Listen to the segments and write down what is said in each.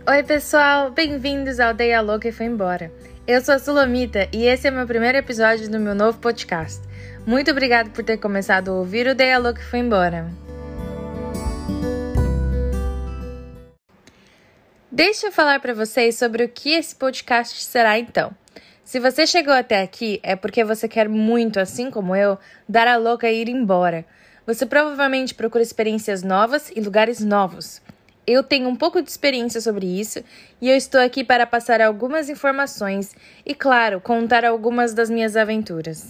Oi pessoal, bem-vindos ao Aldeia Louca e Foi Embora. Eu sou a Sulamita e esse é meu primeiro episódio do meu novo podcast. Muito obrigada por ter começado a ouvir o Aldeia Louca e Foi Embora. Deixa eu falar para vocês sobre o que esse podcast será então. Se você chegou até aqui é porque você quer muito, assim como eu, dar a louca e ir embora. Você provavelmente procura experiências novas e lugares novos. Eu tenho um pouco de experiência sobre isso e eu estou aqui para passar algumas informações e, claro, contar algumas das minhas aventuras.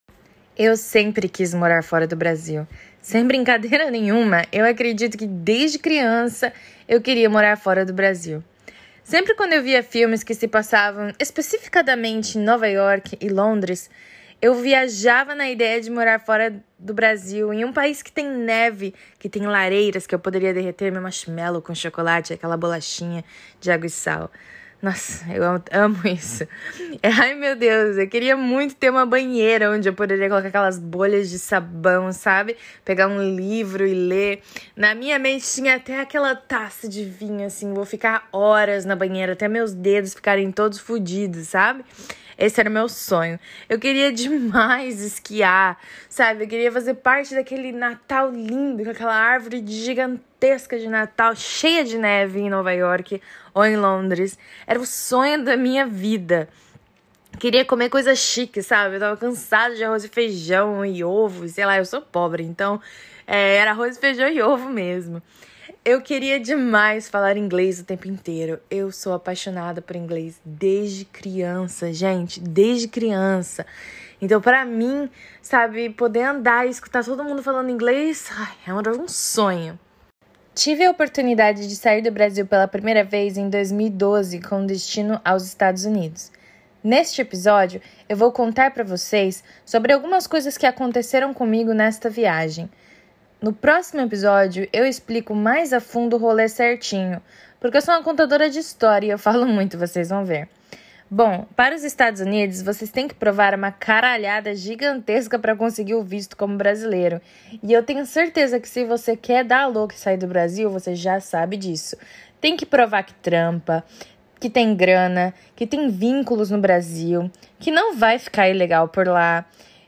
Eu sempre quis morar fora do Brasil. Sem brincadeira nenhuma, eu acredito que desde criança eu queria morar fora do Brasil. Sempre quando eu via filmes que se passavam especificadamente em Nova York e Londres, eu viajava na ideia de morar fora do Brasil, em um país que tem neve, que tem lareiras, que eu poderia derreter meu marshmallow com chocolate, aquela bolachinha de água e sal. Nossa, eu amo isso. Ai, meu Deus, eu queria muito ter uma banheira onde eu poderia colocar aquelas bolhas de sabão, sabe? Pegar um livro e ler. Na minha mente tinha até aquela taça de vinho, assim, vou ficar horas na banheira, até meus dedos ficarem todos fodidos, sabe? Esse era o meu sonho. Eu queria demais esquiar, sabe? Eu queria fazer parte daquele Natal lindo, com aquela árvore gigantesca de Natal, cheia de neve em Nova York ou em Londres. Era o sonho da minha vida. Queria comer coisa chique, sabe? Eu tava cansada de arroz e feijão e ovo, sei lá, eu sou pobre, então era arroz, feijão e ovo mesmo. Eu queria demais falar inglês o tempo inteiro. Eu sou apaixonada por inglês desde criança, gente, desde criança. Então, pra mim, sabe, poder andar e escutar todo mundo falando inglês, é um sonho. Tive a oportunidade de sair do Brasil pela primeira vez em 2012 com destino aos Estados Unidos. Neste episódio, eu vou contar pra vocês sobre algumas coisas que aconteceram comigo nesta viagem. No próximo episódio, eu explico mais a fundo o rolê certinho, porque eu sou uma contadora de história e eu falo muito, vocês vão ver. Bom, para os Estados Unidos, vocês têm que provar uma caralhada gigantesca para conseguir o visto como brasileiro. E eu tenho certeza que se você quer dar a louca e sair do Brasil, você já sabe disso. Tem que provar que trampa, que tem grana, que tem vínculos no Brasil, que não vai ficar ilegal por lá.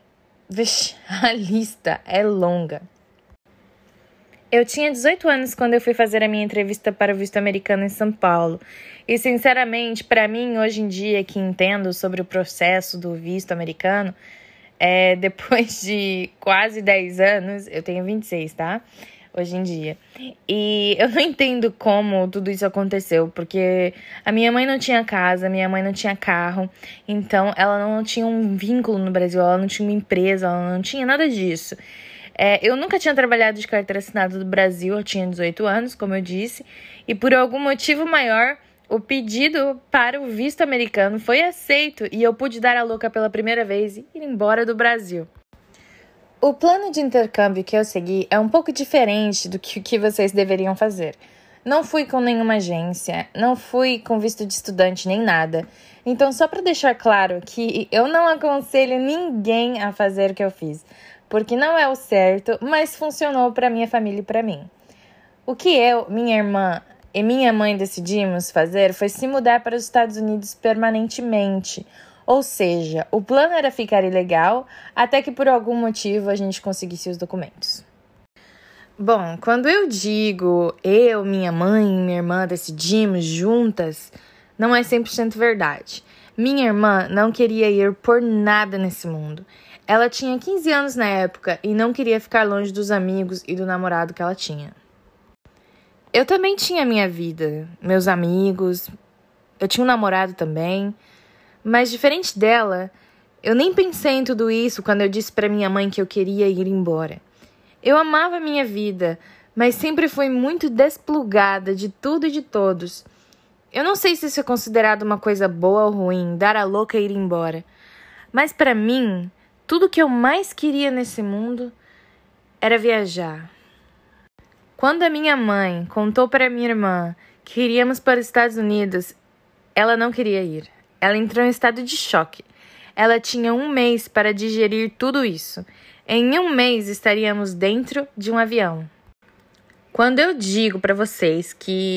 Vixe, a lista é longa. Eu tinha 18 anos quando eu fui fazer a minha entrevista para o visto americano em São Paulo. E, sinceramente, para mim, hoje em dia, que entendo sobre o processo do visto americano, depois de quase 10 anos, eu tenho 26, tá? Hoje em dia. E eu não entendo como tudo isso aconteceu, porque a minha mãe não tinha casa, minha mãe não tinha carro, então ela não tinha um vínculo no Brasil, ela não tinha uma empresa, ela não tinha nada disso. Eu nunca tinha trabalhado de carteira assinada do Brasil, eu tinha 18 anos, como eu disse, e por algum motivo maior, o pedido para o visto americano foi aceito e eu pude dar a louca pela primeira vez e ir embora do Brasil. O plano de intercâmbio que eu segui é um pouco diferente do que vocês deveriam fazer. Não fui com nenhuma agência, não fui com visto de estudante nem nada. Então, só para deixar claro que eu não aconselho ninguém a fazer o que eu fiz, porque não é o certo, mas funcionou para minha família e para mim. O que eu, minha irmã e minha mãe decidimos fazer foi se mudar para os Estados Unidos permanentemente. Ou seja, o plano era ficar ilegal até que por algum motivo a gente conseguisse os documentos. Bom, quando eu digo eu, minha mãe e minha irmã decidimos juntas, não é 100% verdade. Minha irmã não queria ir por nada nesse mundo. Ela tinha 15 anos na época e não queria ficar longe dos amigos e do namorado que ela tinha. Eu também tinha minha vida, meus amigos, eu tinha um namorado também, mas diferente dela, eu nem pensei em tudo isso quando eu disse para minha mãe que eu queria ir embora. Eu amava a minha vida, mas sempre fui muito desplugada de tudo e de todos. Eu não sei se isso é considerado uma coisa boa ou ruim, dar a louca e ir embora, mas para mim, tudo que eu mais queria nesse mundo era viajar. Quando a minha mãe contou para minha irmã que iríamos para os Estados Unidos, ela não queria ir. Ela entrou em estado de choque. Ela tinha 1 mês para digerir tudo isso. Em 1 mês estaríamos dentro de um avião. Quando eu digo para vocês que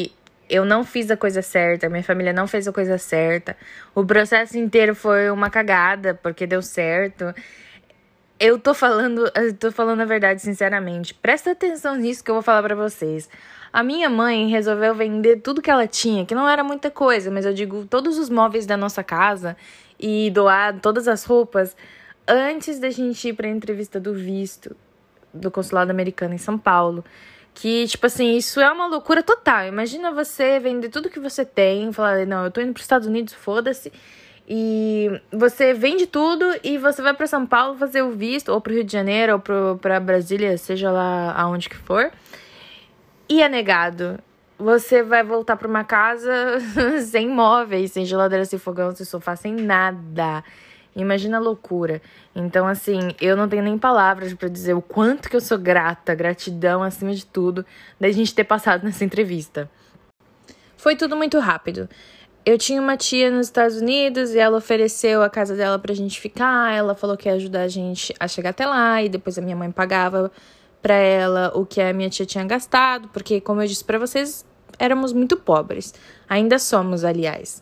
eu não fiz a coisa certa, minha família não fez a coisa certa. O processo inteiro foi uma cagada, porque deu certo. Eu tô falando a verdade, sinceramente. Presta atenção nisso que eu vou falar pra vocês. A minha mãe resolveu vender tudo que ela tinha, que não era muita coisa, mas eu digo todos os móveis da nossa casa e doar todas as roupas antes da gente ir pra entrevista do visto do consulado americano em São Paulo. Que, tipo assim, isso é uma loucura total. Imagina você vender tudo que você tem, falar, não, eu tô indo pros Estados Unidos, foda-se. E você vende tudo e você vai pra São Paulo fazer o visto, ou pro Rio de Janeiro, ou pra Brasília, seja lá aonde que for. E é negado. Você vai voltar pra uma casa sem móveis, sem geladeira, sem fogão, sem sofá, sem nada. Imagina a loucura. Então, assim, eu não tenho nem palavras pra dizer o quanto que eu sou grata, gratidão acima de tudo, da gente ter passado nessa entrevista. Foi tudo muito rápido. Eu tinha uma tia nos Estados Unidos e ela ofereceu a casa dela pra gente ficar. Ela falou que ia ajudar a gente a chegar até lá e depois a minha mãe pagava pra ela o que a minha tia tinha gastado, porque, como eu disse pra vocês, éramos muito pobres. Ainda somos, aliás.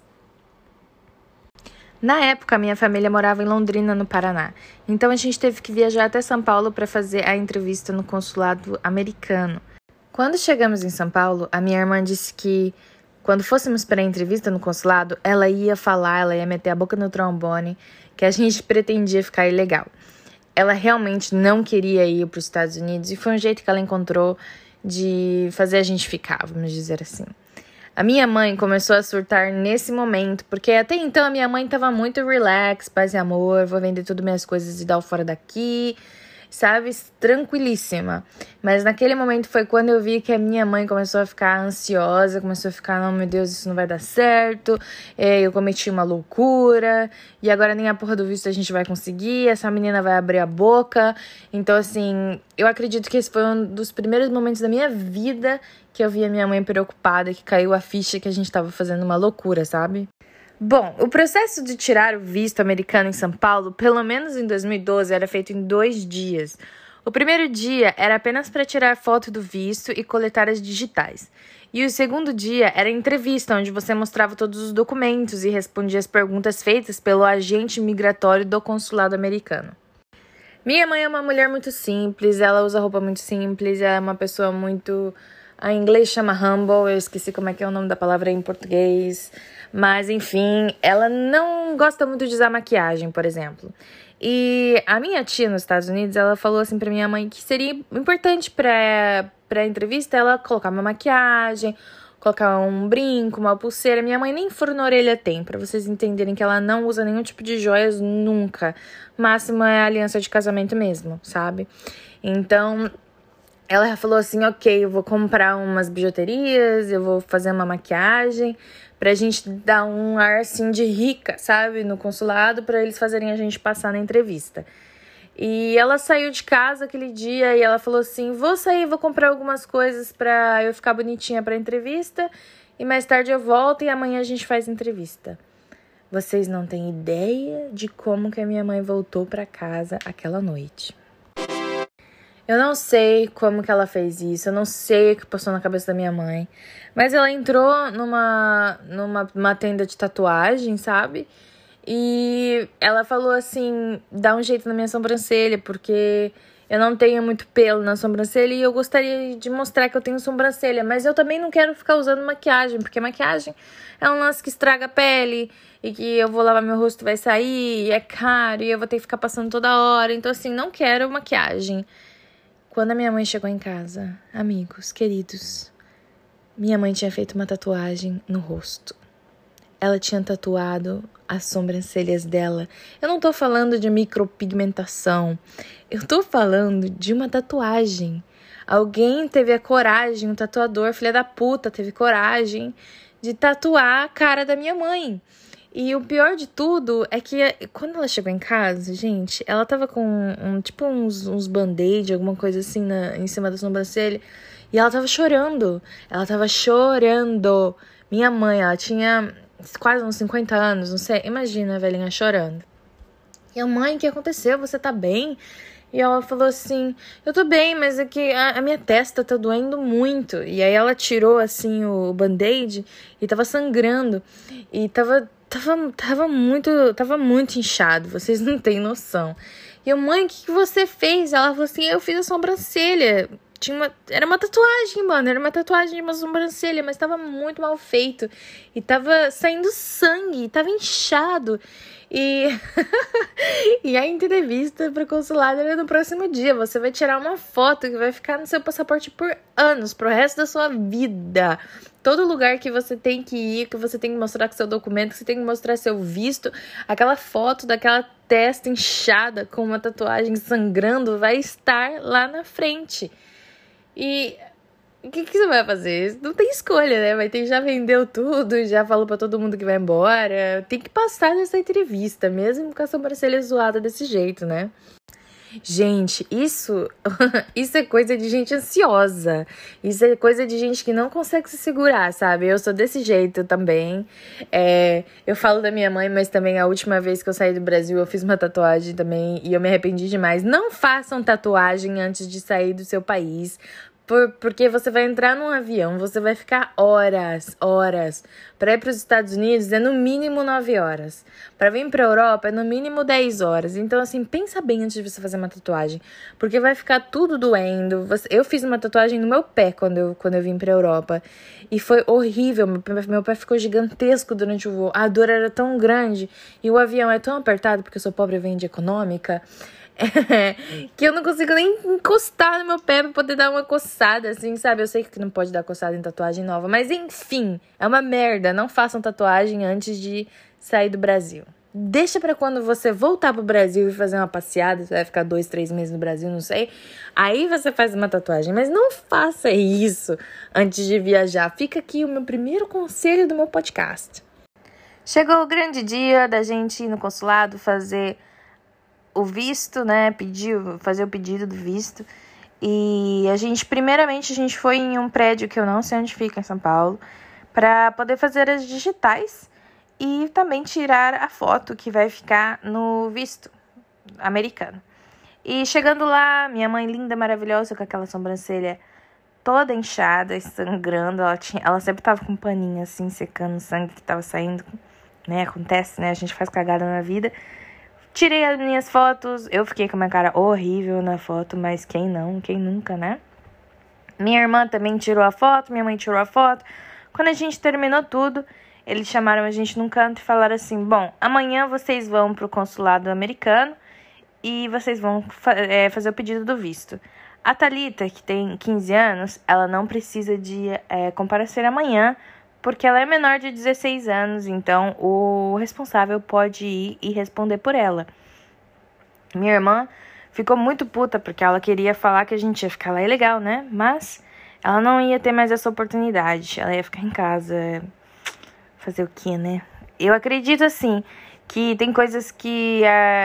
Na época, a minha família morava em Londrina, no Paraná. Então, a gente teve que viajar até São Paulo para fazer a entrevista no consulado americano. Quando chegamos em São Paulo, a minha irmã disse que, quando fôssemos para a entrevista no consulado, ela ia falar, ela ia meter a boca no trombone, que a gente pretendia ficar ilegal. Ela realmente não queria ir para os Estados Unidos e foi um jeito que ela encontrou de fazer a gente ficar, vamos dizer assim. A minha mãe começou a surtar nesse momento, porque até então a minha mãe estava muito relax, paz e amor, vou vender tudo minhas coisas e dar o fora daqui, sabe? Tranquilíssima. Mas naquele momento foi quando eu vi que a minha mãe começou a ficar ansiosa, começou a ficar, não, meu Deus, isso não vai dar certo, eu cometi uma loucura, e agora nem a porra do visto a gente vai conseguir, essa menina vai abrir a boca. Então, assim, eu acredito que esse foi um dos primeiros momentos da minha vida que eu vi a minha mãe preocupada, que caiu a ficha que a gente tava fazendo uma loucura, sabe? Bom, o processo de tirar o visto americano em São Paulo, pelo menos em 2012, era feito em 2 dias. O primeiro dia era apenas para tirar foto do visto e coletar as digitais. E o segundo dia era a entrevista, onde você mostrava todos os documentos e respondia as perguntas feitas pelo agente migratório do consulado americano. Minha mãe é uma mulher muito simples, ela usa roupa muito simples, é uma pessoa muito... Em inglês chama humble, eu esqueci como é que é o nome da palavra em português. Mas, enfim, ela não gosta muito de usar maquiagem, por exemplo. E a minha tia nos Estados Unidos, ela falou assim pra minha mãe que seria importante pra entrevista ela colocar uma maquiagem, colocar um brinco, uma pulseira. Minha mãe nem furo na orelha tem, pra vocês entenderem que ela não usa nenhum tipo de joias nunca. O máximo é a aliança de casamento mesmo, sabe? Então... ela falou assim, ok, eu vou comprar umas bijuterias, eu vou fazer uma maquiagem pra gente dar um ar assim de rica, sabe, no consulado, pra eles fazerem a gente passar na entrevista. E ela saiu de casa aquele dia e ela falou assim, vou sair, vou comprar algumas coisas pra eu ficar bonitinha pra entrevista e mais tarde eu volto e amanhã a gente faz entrevista. Vocês não têm ideia de como que a minha mãe voltou pra casa aquela noite. Eu não sei como que ela fez isso, eu não sei o que passou na cabeça da minha mãe. Mas ela entrou numa tenda de tatuagem, sabe? E ela falou assim, dá um jeito na minha sobrancelha, porque eu não tenho muito pelo na sobrancelha e eu gostaria de mostrar que eu tenho sobrancelha. Mas eu também não quero ficar usando maquiagem, porque maquiagem é um lance que estraga a pele e que eu vou lavar meu rosto e vai sair, e é caro, e eu vou ter que ficar passando toda hora. Então assim, não quero maquiagem. Quando a minha mãe chegou em casa, amigos, queridos, minha mãe tinha feito uma tatuagem no rosto. Ela tinha tatuado as sobrancelhas dela. Eu não tô falando de micropigmentação, eu tô falando de uma tatuagem. Alguém teve a coragem, um tatuador, filha da puta, teve coragem de tatuar a cara da minha mãe. E o pior de tudo é que quando ela chegou em casa, gente, ela tava com uns band-aid, alguma coisa assim em cima da sobrancelha. E ela tava chorando. Ela tava chorando. Minha mãe, ela tinha quase uns 50 anos, não sei. Imagina a velhinha chorando. E a mãe, o que aconteceu? Você tá bem? E ela falou assim, eu tô bem, mas é que a minha testa tá doendo muito. E aí ela tirou, assim, o band-aid e tava sangrando. E tava muito inchado, vocês não têm noção. E eu, mãe, o que você fez? Ela falou assim, eu fiz a sobrancelha. Era uma tatuagem, mano. Era uma tatuagem de uma sobrancelha, mas tava muito mal feito. E tava saindo sangue, tava inchado. E, e a entrevista pro consulado era no próximo dia. Você vai tirar uma foto que vai ficar no seu passaporte por anos, pro resto da sua vida. Todo lugar que você tem que ir, que você tem que mostrar seu documento, que você tem que mostrar seu visto, aquela foto daquela testa inchada com uma tatuagem sangrando vai estar lá na frente. E o que você vai fazer? Não tem escolha, né? Já vendeu tudo, já falou pra todo mundo que vai embora. Tem que passar nessa entrevista, mesmo com a sobrancelha zoada desse jeito, né? Gente, isso é coisa de gente ansiosa. Isso é coisa de gente que não consegue se segurar, sabe? Eu sou desse jeito também. Eu falo da minha mãe, mas também a última vez que eu saí do Brasil, eu fiz uma tatuagem também e eu me arrependi demais. Não façam tatuagem antes de sair do seu país. Porque você vai entrar num avião, você vai ficar horas. Para ir para os Estados Unidos é no mínimo 9 horas. Para vir para a Europa é no mínimo 10 horas. Então, assim, pensa bem antes de você fazer uma tatuagem. Porque vai ficar tudo doendo. Eu fiz uma tatuagem no meu pé quando eu vim para a Europa. E foi horrível. Meu pé ficou gigantesco durante o voo. A dor era tão grande. E o avião é tão apertado, porque eu sou pobre e venho de econômica. Que eu não consigo nem encostar no meu pé pra poder dar uma coçada, assim, sabe? Eu sei que não pode dar coçada em tatuagem nova, mas enfim, é uma merda. Não façam tatuagem antes de sair do Brasil. Deixa pra quando você voltar pro Brasil e fazer uma passeada, você vai ficar 2, 3 meses no Brasil, não sei. Aí você faz uma tatuagem, mas não faça isso antes de viajar. Fica aqui o meu primeiro conselho do meu podcast. Chegou o grande dia da gente ir no consulado fazer o visto, né, fazer o pedido do visto. E primeiramente a gente foi em um prédio que eu não sei onde fica, em São Paulo, para poder fazer as digitais e também tirar a foto que vai ficar no visto americano. E chegando lá, minha mãe linda, maravilhosa, com aquela sobrancelha toda inchada, sangrando, ela sempre tava com um paninho assim, secando o sangue que tava saindo, né, acontece, né, a gente faz cagada na vida. Tirei as minhas fotos, eu fiquei com a minha cara horrível na foto, mas quem nunca, né? Minha irmã também tirou a foto, minha mãe tirou a foto. Quando a gente terminou tudo, eles chamaram a gente num canto e falaram assim, bom, amanhã vocês vão pro consulado americano e vocês vão fazer o pedido do visto. A Thalita, que tem 15 anos, ela não precisa de comparecer amanhã, porque ela é menor de 16 anos, então o responsável pode ir e responder por ela. Minha irmã ficou muito puta, porque ela queria falar que a gente ia ficar lá ilegal, né? Mas ela não ia ter mais essa oportunidade, ela ia ficar em casa. Fazer o quê, né? Eu acredito, assim, que tem coisas que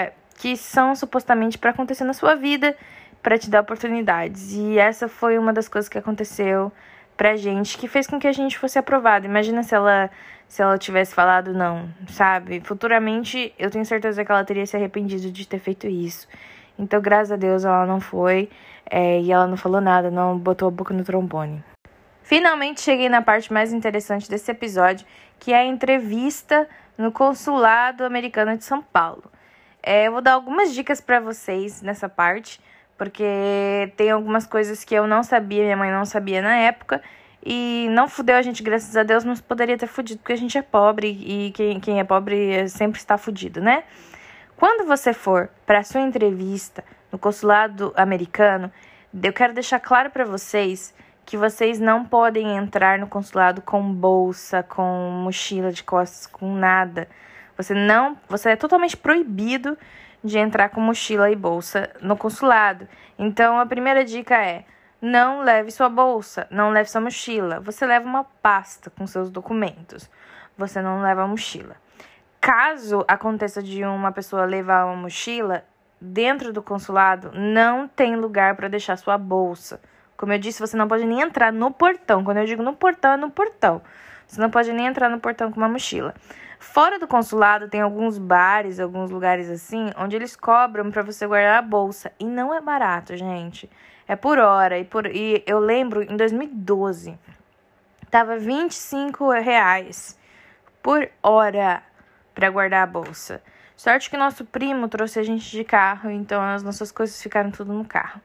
são supostamente para acontecer na sua vida, para te dar oportunidades. E essa foi uma das coisas que aconteceu pra gente, que fez com que a gente fosse aprovado. Imagina se ela tivesse falado não, sabe? Futuramente, eu tenho certeza que ela teria se arrependido de ter feito isso. Então, graças a Deus, ela não foi, e ela não falou nada, não botou a boca no trombone. Finalmente, cheguei na parte mais interessante desse episódio, que é a entrevista no Consulado Americano de São Paulo. Eu vou dar algumas dicas pra vocês nessa parte, porque tem algumas coisas que eu não sabia, minha mãe não sabia na época, e não fudeu a gente, graças a Deus, mas poderia ter fudido, porque a gente é pobre, e quem é pobre sempre está fudido, né? Quando você for para a sua entrevista no consulado americano, eu quero deixar claro para vocês que vocês não podem entrar no consulado com bolsa, com mochila de costas, com nada. Você é totalmente proibido de entrar com mochila e bolsa no consulado. Então, a primeira dica é: não leve sua bolsa, não leve sua mochila. Você leva uma pasta com seus documentos. Você não leva a mochila. Caso aconteça de uma pessoa levar uma mochila, dentro do consulado não tem lugar para deixar sua bolsa. Como eu disse, você não pode nem entrar no portão. Quando eu digo no portão, é no portão. Você não pode nem entrar no portão com uma mochila. Fora do consulado tem alguns bares, alguns lugares assim, onde eles cobram pra você guardar a bolsa. E não é barato, gente. É por hora. E eu lembro, em 2012, tava R$ 25 por hora pra guardar a bolsa. Sorte que nosso primo trouxe a gente de carro, então as nossas coisas ficaram tudo no carro.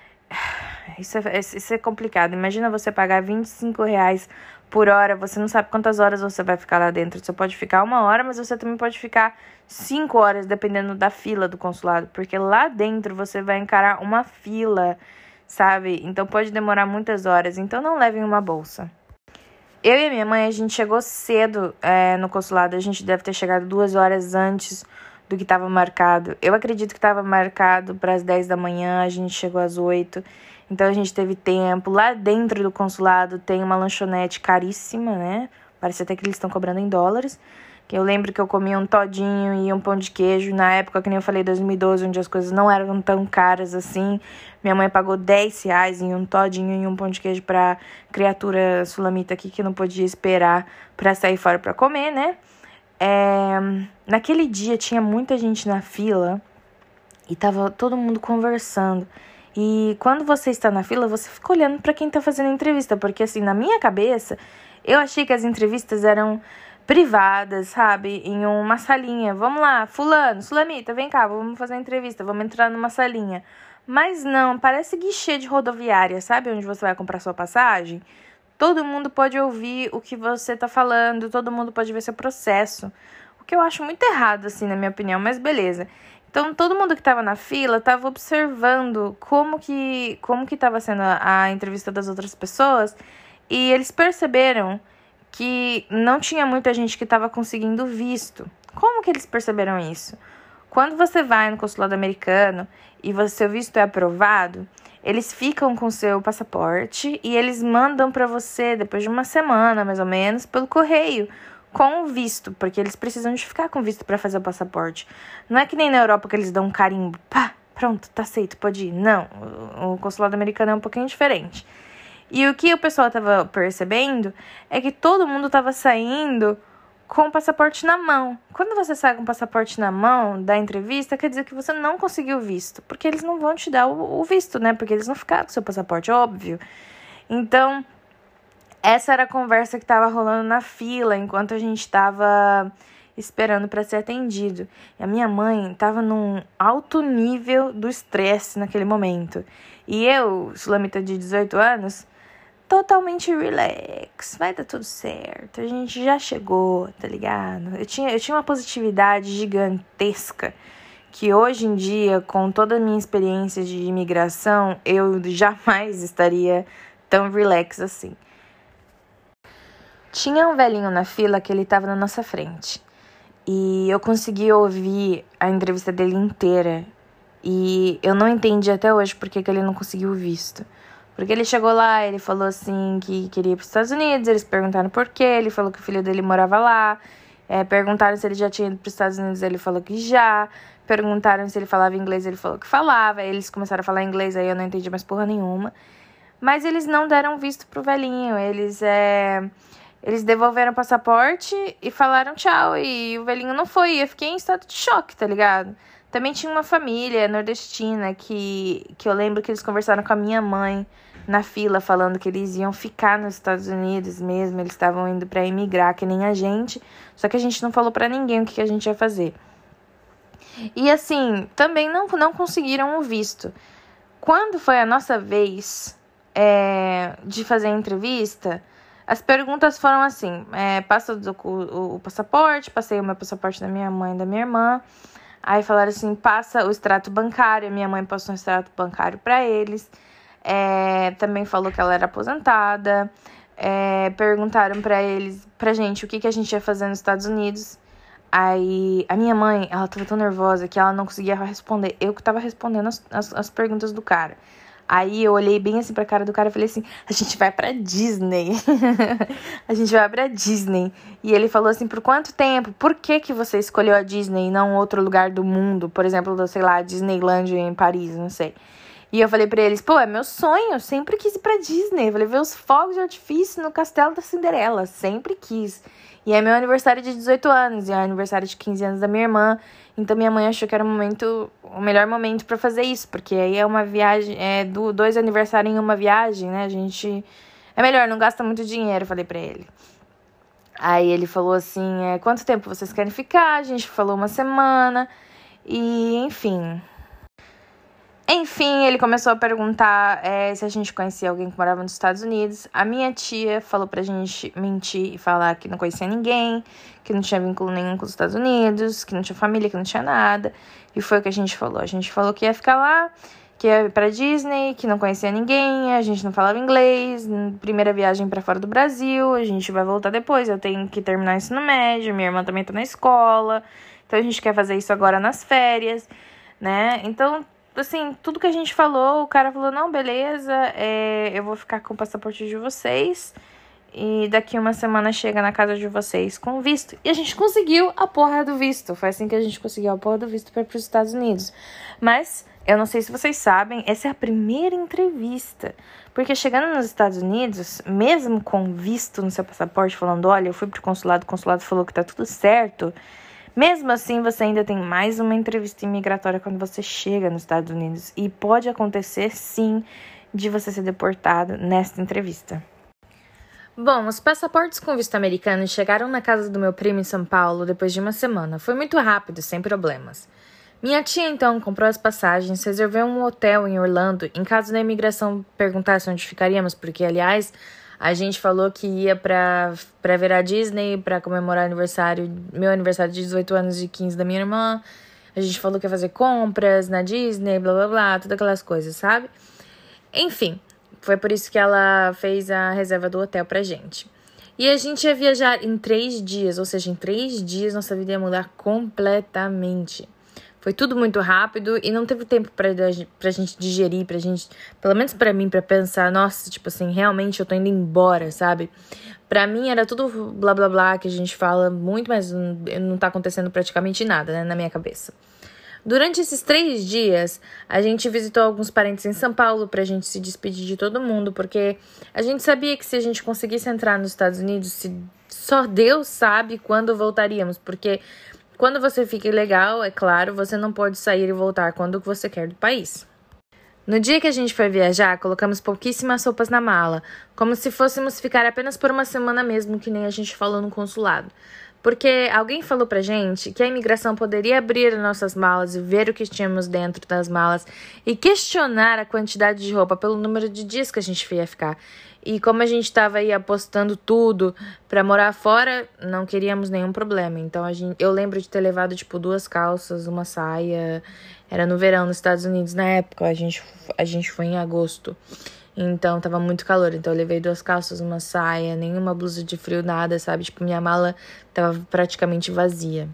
Isso é complicado. Imagina você pagar R$ 25 por hora, você não sabe quantas horas você vai ficar lá dentro. Você pode ficar 1 hora, mas você também pode ficar 5 horas, dependendo da fila do consulado. Porque lá dentro você vai encarar uma fila, sabe? Então pode demorar muitas horas. Então não levem uma bolsa. Eu e a minha mãe, a gente chegou cedo no consulado. A gente deve ter chegado 2 horas antes do que estava marcado. Eu acredito que estava marcado para as 10 da manhã. A gente chegou às 8. Então a gente teve tempo. Lá dentro do consulado tem uma lanchonete caríssima, né? Parece até que eles estão cobrando em dólares. Eu lembro que eu comi um todinho e um pão de queijo. Na época, que nem eu falei, 2012, onde as coisas não eram tão caras assim. Minha mãe pagou R$ 10 em um todinho e um pão de queijo pra criatura sulamita aqui que não podia esperar pra sair fora pra comer, né? Naquele dia tinha muita gente na fila e tava todo mundo conversando. E quando você está na fila, você fica olhando pra quem tá fazendo a entrevista. Porque assim, na minha cabeça, eu achei que as entrevistas eram privadas, sabe? Em uma salinha. Vamos lá, fulano, sulamita, vem cá, vamos fazer uma entrevista, vamos entrar numa salinha. Mas não, parece guichê de rodoviária, sabe? Onde você vai comprar sua passagem. Todo mundo pode ouvir o que você tá falando, todo mundo pode ver seu processo. O que eu acho muito errado, assim, na minha opinião, mas beleza. Então, todo mundo que tava na fila tava observando como que tava sendo a entrevista das outras pessoas. E eles perceberam que não tinha muita gente que estava conseguindo visto. Como que eles perceberam isso? Quando você vai no consulado americano e seu visto é aprovado, eles ficam com seu passaporte e eles mandam para você, depois de uma semana, mais ou menos, pelo correio, com o visto, porque eles precisam de ficar com visto para fazer o passaporte. Não é que nem na Europa que eles dão um carimbo, pá, pronto, tá aceito, pode ir. Não, o consulado americano é um pouquinho diferente. E o que o pessoal tava percebendo é que todo mundo tava saindo com o passaporte na mão. Quando você sai com o passaporte na mão da entrevista, quer dizer que você não conseguiu visto. Porque eles não vão te dar o visto, né? Porque eles não ficaram com o seu passaporte, óbvio. Então, essa era a conversa que tava rolando na fila, enquanto a gente tava esperando para ser atendido. E a minha mãe tava num alto nível do estresse naquele momento. E eu, sulamita de 18 anos... totalmente relax, vai dar tudo certo, a gente já chegou, tá ligado? Eu tinha uma positividade gigantesca, que hoje em dia, com toda a minha experiência de imigração, eu jamais estaria tão relax assim. Tinha um velhinho na fila que ele tava na nossa frente, e eu consegui ouvir a entrevista dele inteira, e eu não entendi até hoje por que ele não conseguiu o visto. Porque ele chegou lá, ele falou assim que queria ir para os Estados Unidos, eles perguntaram por quê, ele falou que o filho dele morava lá, perguntaram se ele já tinha ido para os Estados Unidos, ele falou que já, perguntaram se ele falava inglês, ele falou que falava, aí eles começaram a falar inglês, aí eu não entendi mais porra nenhuma. Mas eles não deram visto pro velhinho, eles devolveram o passaporte e falaram tchau, e o velhinho não foi, e eu fiquei em estado de choque, tá ligado? Também tinha uma família nordestina que eu lembro que eles conversaram com a minha mãe na fila, falando que eles iam ficar nos Estados Unidos mesmo, eles estavam indo pra emigrar, que nem a gente, só que a gente não falou pra ninguém o que a gente ia fazer. E assim, também não conseguiram o visto. Quando foi a nossa vez de fazer a entrevista, as perguntas foram assim, passa o passaporte, passei o meu passaporte da minha mãe e da minha irmã. Aí falaram assim, passa o extrato bancário. Minha mãe passou um extrato bancário para eles. Também falou que ela era aposentada. Perguntaram pra gente o que a gente ia fazer nos Estados Unidos. Aí a minha mãe, ela tava tão nervosa que ela não conseguia responder. Eu que tava respondendo as perguntas do cara. Aí eu olhei bem assim pra cara do cara e falei assim, a gente vai pra Disney. A gente vai pra Disney. E ele falou assim, por quanto tempo? Por que você escolheu a Disney e não outro lugar do mundo? Por exemplo, sei lá, Disneyland em Paris, não sei. E eu falei pra eles, pô, é meu sonho, eu sempre quis ir pra Disney. Eu falei, ver os fogos de artifício no Castelo da Cinderela, sempre quis. E é meu aniversário de 18 anos, e é o aniversário de 15 anos da minha irmã. Então minha mãe achou que era o melhor momento pra fazer isso, porque aí é uma viagem, dois aniversários em uma viagem, né? A gente... É melhor, não gasta muito dinheiro, eu falei pra ele. Aí ele falou assim, quanto tempo vocês querem ficar? A gente falou uma semana, e enfim... Enfim, ele começou a perguntar se a gente conhecia alguém que morava nos Estados Unidos. A minha tia falou pra gente mentir e falar que não conhecia ninguém, que não tinha vínculo nenhum com os Estados Unidos, que não tinha família, que não tinha nada. E foi o que a gente falou. A gente falou que ia ficar lá, que ia ir pra Disney, que não conhecia ninguém, a gente não falava inglês, primeira viagem pra fora do Brasil, a gente vai voltar depois, eu tenho que terminar o ensino médio, minha irmã também tá na escola, então a gente quer fazer isso agora nas férias, né? Então... assim, tudo que a gente falou, o cara falou, não, beleza, eu vou ficar com o passaporte de vocês e daqui uma semana chega na casa de vocês com visto. E a gente conseguiu a porra do visto, foi assim que a gente conseguiu a porra do visto para ir pros Estados Unidos. Mas, eu não sei se vocês sabem, essa é a primeira entrevista, porque chegando nos Estados Unidos, mesmo com visto no seu passaporte, falando, olha, eu fui pro consulado, o consulado falou que tá tudo certo... Mesmo assim, você ainda tem mais uma entrevista imigratória quando você chega nos Estados Unidos. E pode acontecer, sim, de você ser deportado nesta entrevista. Bom, os passaportes com visto americano chegaram na casa do meu primo em São Paulo depois de uma semana. Foi muito rápido, sem problemas. Minha tia, então, comprou as passagens, reservou um hotel em Orlando, em caso da imigração perguntasse onde ficaríamos, porque, aliás... A gente falou que ia pra ver a Disney, pra comemorar meu aniversário de 18 anos e 15 da minha irmã. A gente falou que ia fazer compras na Disney, blá, blá, blá, todas aquelas coisas, sabe? Enfim, foi por isso que ela fez a reserva do hotel pra gente. E a gente ia viajar em 3 dias, ou seja, em 3 dias nossa vida ia mudar completamente. Foi tudo muito rápido e não teve tempo pra gente digerir, pra gente, pelo menos pra mim, pra pensar, nossa, tipo assim, realmente eu tô indo embora, sabe? Pra mim era tudo blá blá blá que a gente fala muito, mas não tá acontecendo praticamente nada, né, na minha cabeça. Durante esses 3 dias, a gente visitou alguns parentes em São Paulo pra gente se despedir de todo mundo, porque a gente sabia que se a gente conseguisse entrar nos Estados Unidos, só Deus sabe quando voltaríamos, porque... Quando você fica ilegal, é claro, você não pode sair e voltar quando você quer do país. No dia que a gente foi viajar, colocamos pouquíssimas roupas na mala, como se fôssemos ficar apenas por uma semana mesmo, que nem a gente falou no consulado. Porque alguém falou pra gente que a imigração poderia abrir nossas malas e ver o que tínhamos dentro das malas e questionar a quantidade de roupa pelo número de dias que a gente ia ficar. E como a gente estava aí apostando tudo pra morar fora, não queríamos nenhum problema. Então eu lembro de ter levado tipo 2 calças, uma saia. Era no verão nos Estados Unidos na época, a gente foi em agosto. Então tava muito calor, então eu levei 2 calças, uma saia, nenhuma blusa de frio, nada, sabe? Tipo, minha mala tava praticamente vazia.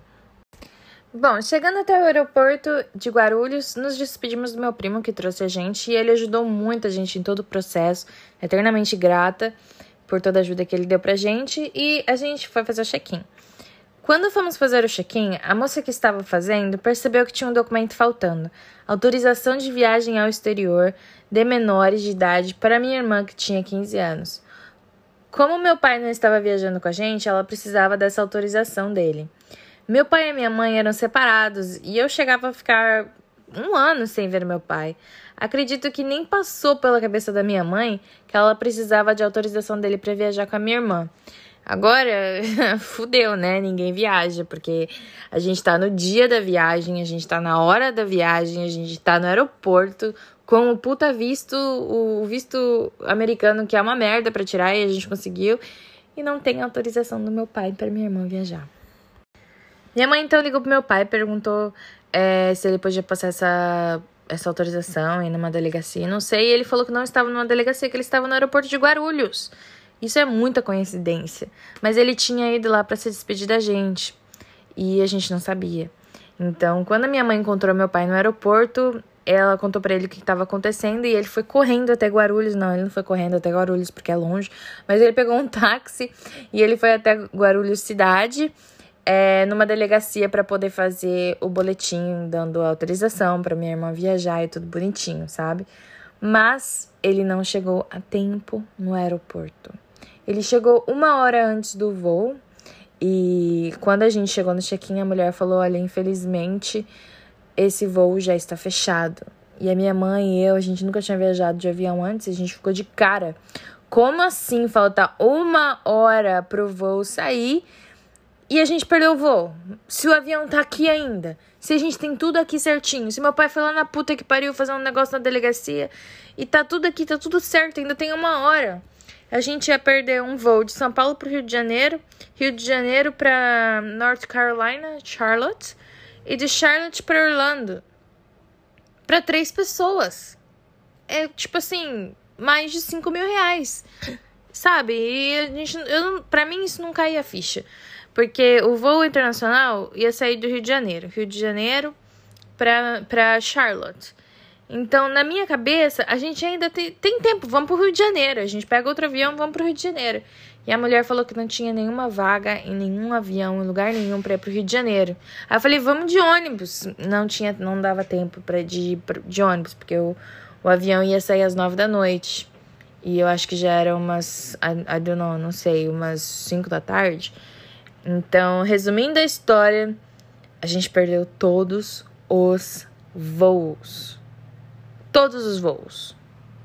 Bom, chegando até o aeroporto de Guarulhos, nos despedimos do meu primo que trouxe a gente e ele ajudou muito a gente em todo o processo, eternamente grata por toda a ajuda que ele deu pra gente e a gente foi fazer o check-in. Quando fomos fazer o check-in, a moça que estava fazendo percebeu que tinha um documento faltando, autorização de viagem ao exterior de menores de idade para minha irmã que tinha 15 anos. Como meu pai não estava viajando com a gente, ela precisava dessa autorização dele. Meu pai e minha mãe eram separados e eu chegava a ficar 1 ano sem ver meu pai. Acredito que nem passou pela cabeça da minha mãe que ela precisava de autorização dele para viajar com a minha irmã. Agora, fudeu, né? Ninguém viaja, porque a gente tá no dia da viagem, a gente tá na hora da viagem, a gente tá no aeroporto com o puta visto, o visto americano que é uma merda pra tirar e a gente conseguiu. E não tem autorização do meu pai pra minha irmã viajar. Minha mãe então ligou pro meu pai e perguntou se ele podia passar essa autorização e ir numa delegacia. Não sei, e ele falou que não estava numa delegacia, que ele estava no aeroporto de Guarulhos. Isso é muita coincidência. Mas ele tinha ido lá pra se despedir da gente. E a gente não sabia. Então, quando a minha mãe encontrou meu pai no aeroporto, ela contou pra ele o que estava acontecendo e ele foi correndo até Guarulhos. Não, ele não foi correndo até Guarulhos porque é longe. Mas ele pegou um táxi e ele foi até Guarulhos cidade. numa delegacia para poder fazer o boletim, dando autorização para minha irmã viajar e tudo bonitinho, sabe? Mas ele não chegou a tempo no aeroporto. Ele chegou 1 hora antes do voo e quando a gente chegou no check-in, a mulher falou, olha, infelizmente esse voo já está fechado. E a minha mãe e eu, a gente nunca tinha viajado de avião antes, a gente ficou de cara. Como assim falta 1 hora pro voo sair e a gente perdeu o voo? Se o avião tá aqui ainda, se a gente tem tudo aqui certinho, se meu pai foi lá na puta que pariu fazer um negócio na delegacia e tá tudo aqui, tá tudo certo, ainda tem 1 hora. A gente ia perder um voo de São Paulo pro Rio de Janeiro pra North Carolina, Charlotte, e de Charlotte pra Orlando. Pra 3 pessoas. É tipo assim, mais de 5 mil reais. Sabe? E pra mim isso não caía a ficha. Porque o voo internacional ia sair do Rio de Janeiro pra Charlotte. Então, na minha cabeça, a gente ainda tem tempo, vamos pro Rio de Janeiro. A gente pega outro avião, vamos pro Rio de Janeiro. E a mulher falou que não tinha nenhuma vaga em nenhum avião, em lugar nenhum pra ir pro Rio de Janeiro. Aí eu falei, vamos de ônibus. Não dava tempo de ir de ônibus, porque o avião ia sair às 9 da noite. E eu acho que já era umas, não sei, umas 5 da tarde. Então, resumindo a história, a gente perdeu todos os voos. Todos os voos.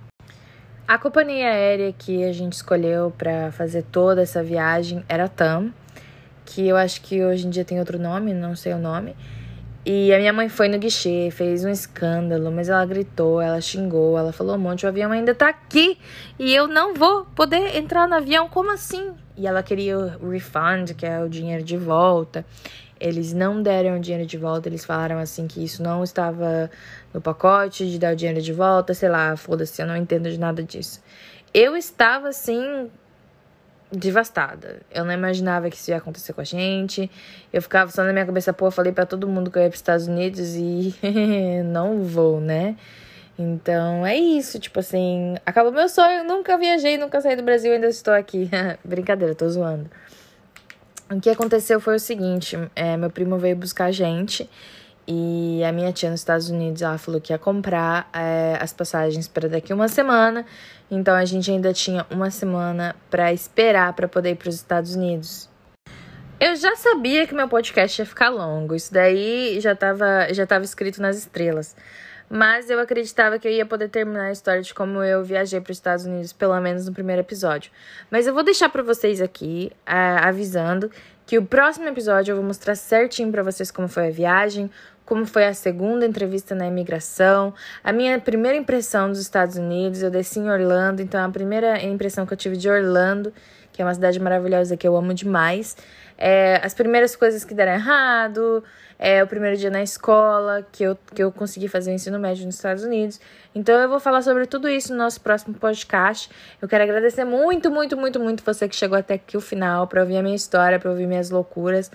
A companhia aérea que a gente escolheu para fazer toda essa viagem era a TAM, que eu acho que hoje em dia tem outro nome, não sei o nome. E a minha mãe foi no guichê, fez um escândalo, mas ela gritou, ela xingou, ela falou um monte, o avião ainda tá aqui e eu não vou poder entrar no avião, como assim? E ela queria o refund, que é o dinheiro de volta. Eles não deram o dinheiro de volta, eles falaram assim que isso não estava no pacote de dar o dinheiro de volta, sei lá, foda-se, eu não entendo de nada disso. Eu estava assim, devastada. Eu não imaginava que isso ia acontecer com a gente. Eu ficava só na minha cabeça, pô, eu falei pra todo mundo que eu ia pros Estados Unidos e não vou, né? Então, é isso, tipo assim, acabou meu sonho, nunca viajei, nunca saí do Brasil, ainda estou aqui. Brincadeira, tô zoando. O que aconteceu foi o seguinte, meu primo veio buscar a gente e a minha tia nos Estados Unidos, ela falou que ia comprar as passagens para daqui 1 semana, então a gente ainda tinha 1 semana para esperar para poder ir para os Estados Unidos. Eu já sabia que meu podcast ia ficar longo, isso daí já tava escrito nas estrelas. Mas eu acreditava que eu ia poder terminar a história de como eu viajei para os Estados Unidos, pelo menos no primeiro episódio. Mas eu vou deixar para vocês aqui, avisando que o próximo episódio eu vou mostrar certinho para vocês como foi a viagem, como foi a segunda entrevista na imigração, a minha primeira impressão dos Estados Unidos. Eu desci em Orlando, então a primeira impressão que eu tive de Orlando, que é uma cidade maravilhosa que eu amo demais, as primeiras coisas que deram errado, o primeiro dia na escola, que eu consegui fazer o ensino médio nos Estados Unidos. Então eu vou falar sobre tudo isso no nosso próximo podcast. Eu quero agradecer muito, muito, muito, muito você que chegou até aqui o final, pra ouvir a minha história, pra ouvir minhas loucuras.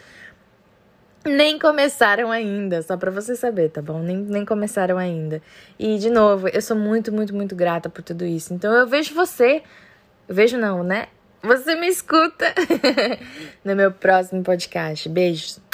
Nem começaram ainda, só pra você saber, tá bom? Nem começaram ainda. E, de novo, eu sou muito, muito, muito grata por tudo isso. Então eu vejo você, vejo não, né? Você me escuta no meu próximo podcast. Beijos.